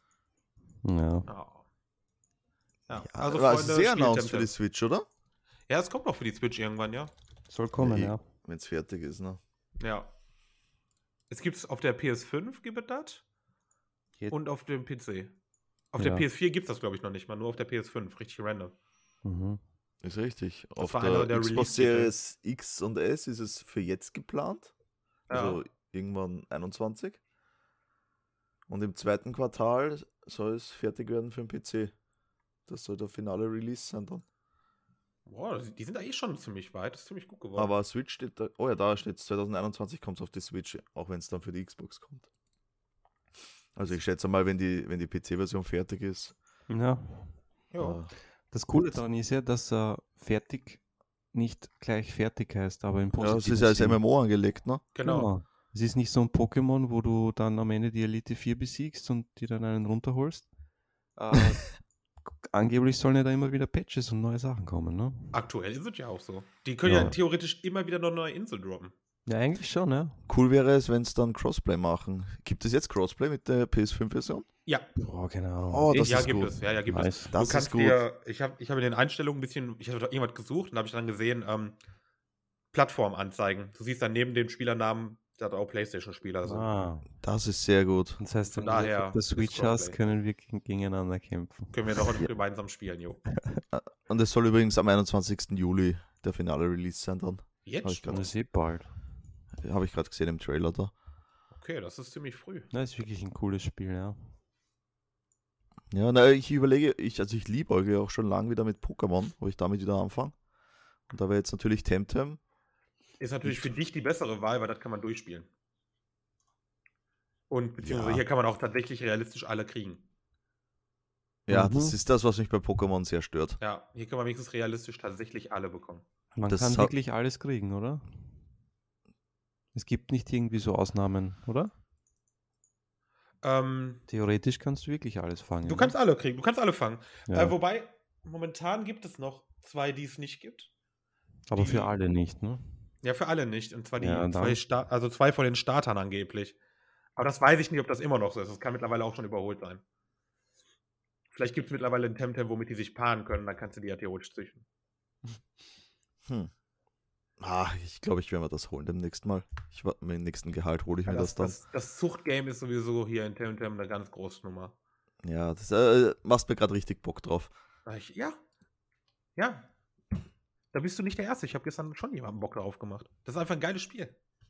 C: Ja.
A: Oh. Ja,
B: Ja,
A: also
B: aber es
A: Freunde,
B: ist sehr
A: spielt
B: announced für
A: Temtem.
B: die Switch, oder?
A: Ja, es kommt noch für die Switch irgendwann, ja.
C: Soll kommen,
B: Nee.
C: ja.
B: Wenn es fertig ist, ne?
A: Ja. Es gibt es auf der P S fünf, gibt es das?
C: Jetzt-
A: Und auf dem P C. Auf
C: Ja.
A: der P S vier gibt es das, glaube ich, noch nicht mal. Nur auf der P S fünf. Richtig random.
C: Mhm.
B: Ist richtig. Auf
A: war
B: der,
A: einer der
B: Xbox
A: Release-Titel.
B: Series X und S ist es für jetzt geplant.
A: Ja.
B: Also irgendwann einundzwanzig. Und im zweiten Quartal soll es fertig werden für den P C. Das soll der finale Release sein dann.
A: Boah, die sind da eh schon ziemlich weit. Das ist ziemlich gut geworden.
B: Aber Switch steht da. Oh ja, da steht es. zwanzig einundzwanzig kommt es auf die Switch, auch wenn es dann für die Xbox kommt. Also ich schätze mal, wenn die, wenn die P C-Version fertig ist.
C: Ja.
A: ja.
B: äh,
C: Das Coole daran ist ja, dass äh, fertig nicht gleich fertig heißt, aber im
B: ja, es
C: positiven
B: ist ja als
C: Sinn.
B: M M O angelegt, ne?
A: Genau.
C: Es ist nicht so ein Pokémon, wo du dann am Ende die Elite vier besiegst und dir dann einen runterholst. Äh, angeblich sollen ja da immer wieder Patches und neue Sachen kommen, ne?
A: Aktuell ist es ja auch so. Die können ja,
C: Ja.
A: theoretisch immer wieder eine neue Insel droppen.
C: Ja, eigentlich schon, ja.
B: Cool wäre es, wenn es dann Crossplay machen. Gibt es jetzt Crossplay mit der P S fünf-Version?
A: Ja,
C: Boah, keine Ahnung.
B: Oh, das
A: ja,
B: ist
A: gibt
B: gut.
A: es. Ja, ja, gibt es.
C: Nice.
B: Das
A: du kannst
B: ist gut.
A: dir, ich habe ich hab in den Einstellungen ein bisschen, ich habe da irgendwas gesucht und habe ich dann gesehen, ähm, Plattformanzeigen. Du siehst dann neben dem Spielernamen, da auch PlayStation-Spieler sind.
C: Ah,
B: Das ist sehr gut.
C: das heißt,
A: Von
C: wenn du
A: daher
C: auf der
A: ist
C: Switch
A: Crossplay.
C: hast, können wir geg- gegeneinander kämpfen.
A: Können wir doch heute gemeinsam spielen, jo.
B: Und es soll übrigens am einundzwanzigsten Juli der finale Release sein dann. Hab
A: Jetzt
B: ich
A: schon?
C: Das ist eh bald.
B: Habe ich gerade gesehen im Trailer da.
A: Okay, das ist ziemlich früh.
C: Das ist wirklich ein cooles Spiel, ja.
B: Ja, na, ich überlege, ich, also ich liebäugle auch schon lange wieder mit Pokémon, wo ich damit wieder anfange. Und da wäre jetzt natürlich Temtem.
A: Ist natürlich für dich die bessere Wahl, weil das kann man durchspielen. Und beziehungsweise
B: Ja.
A: hier kann man auch tatsächlich realistisch alle kriegen.
B: Ja,
C: Mhm.
B: das ist das, was mich bei Pokémon sehr stört.
A: Ja, hier kann man wenigstens realistisch tatsächlich alle bekommen.
C: Man
B: Das
C: kann
B: hat-
C: wirklich alles kriegen, oder? Es gibt nicht irgendwie so Ausnahmen, oder?
A: Ähm,
C: Theoretisch kannst du wirklich alles fangen.
A: du
C: ne?
A: kannst alle kriegen, du kannst alle fangen.
C: Ja,
A: Äh, wobei, momentan gibt es noch zwei, die es nicht gibt.
C: aber
A: die-
C: für alle nicht, ne?
A: Ja, für alle nicht. Und zwar die
C: Ja,
A: zwei,
C: dann-
A: Sta also zwei von den Startern angeblich. Aber das weiß ich nicht, ob das immer noch so ist. Das kann mittlerweile auch schon überholt sein. Vielleicht gibt es mittlerweile ein Temtem, womit die sich paaren können, dann kannst du die ja theoretisch züchten.
B: Hm. Ah, ich glaube, ich werde mir das holen demnächst mal. Ich warte mit dem nächsten Gehalt, hole ich
A: Ja,
B: mir
A: das,
B: das dann.
A: das, das Zuchtgame ist sowieso hier in Temtem eine ganz große Nummer.
B: Ja, das äh, machst mir gerade richtig Bock drauf.
A: Sag ich, ja. Ja. Da bist du nicht der Erste. Ich habe gestern schon jemanden Bock drauf gemacht. Das ist einfach ein geiles Spiel.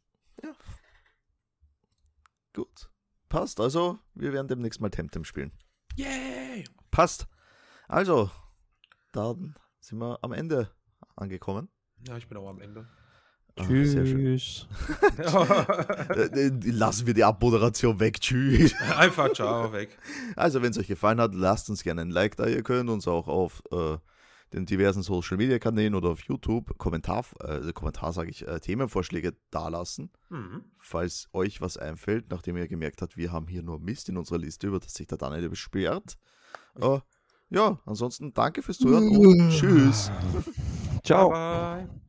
B: Gut. Passt. Also, wir werden demnächst mal Temtem spielen.
A: Yay!
B: Passt. Also, dann sind wir am Ende angekommen.
A: Ja, ich bin auch am Ende.
B: Ah, sehr schön.
C: Tschüss.
B: Äh, äh, Lassen wir die Abmoderation weg. Tschüss.
A: Einfach ciao, weg.
B: Also, wenn es euch gefallen hat, lasst uns gerne ein Like da. Ihr könnt uns auch auf äh, den diversen Social Media Kanälen oder auf YouTube Kommentar, äh, Kommentar sage ich, äh, Themenvorschläge dalassen,
A: Mhm.
B: falls euch was einfällt, nachdem ihr gemerkt habt, wir haben hier nur Mist in unserer Liste, über das sich der Daniel beschwert. Äh, ja, ansonsten danke fürs Zuhören und tschüss.
C: Ciao.
A: Bye, bye.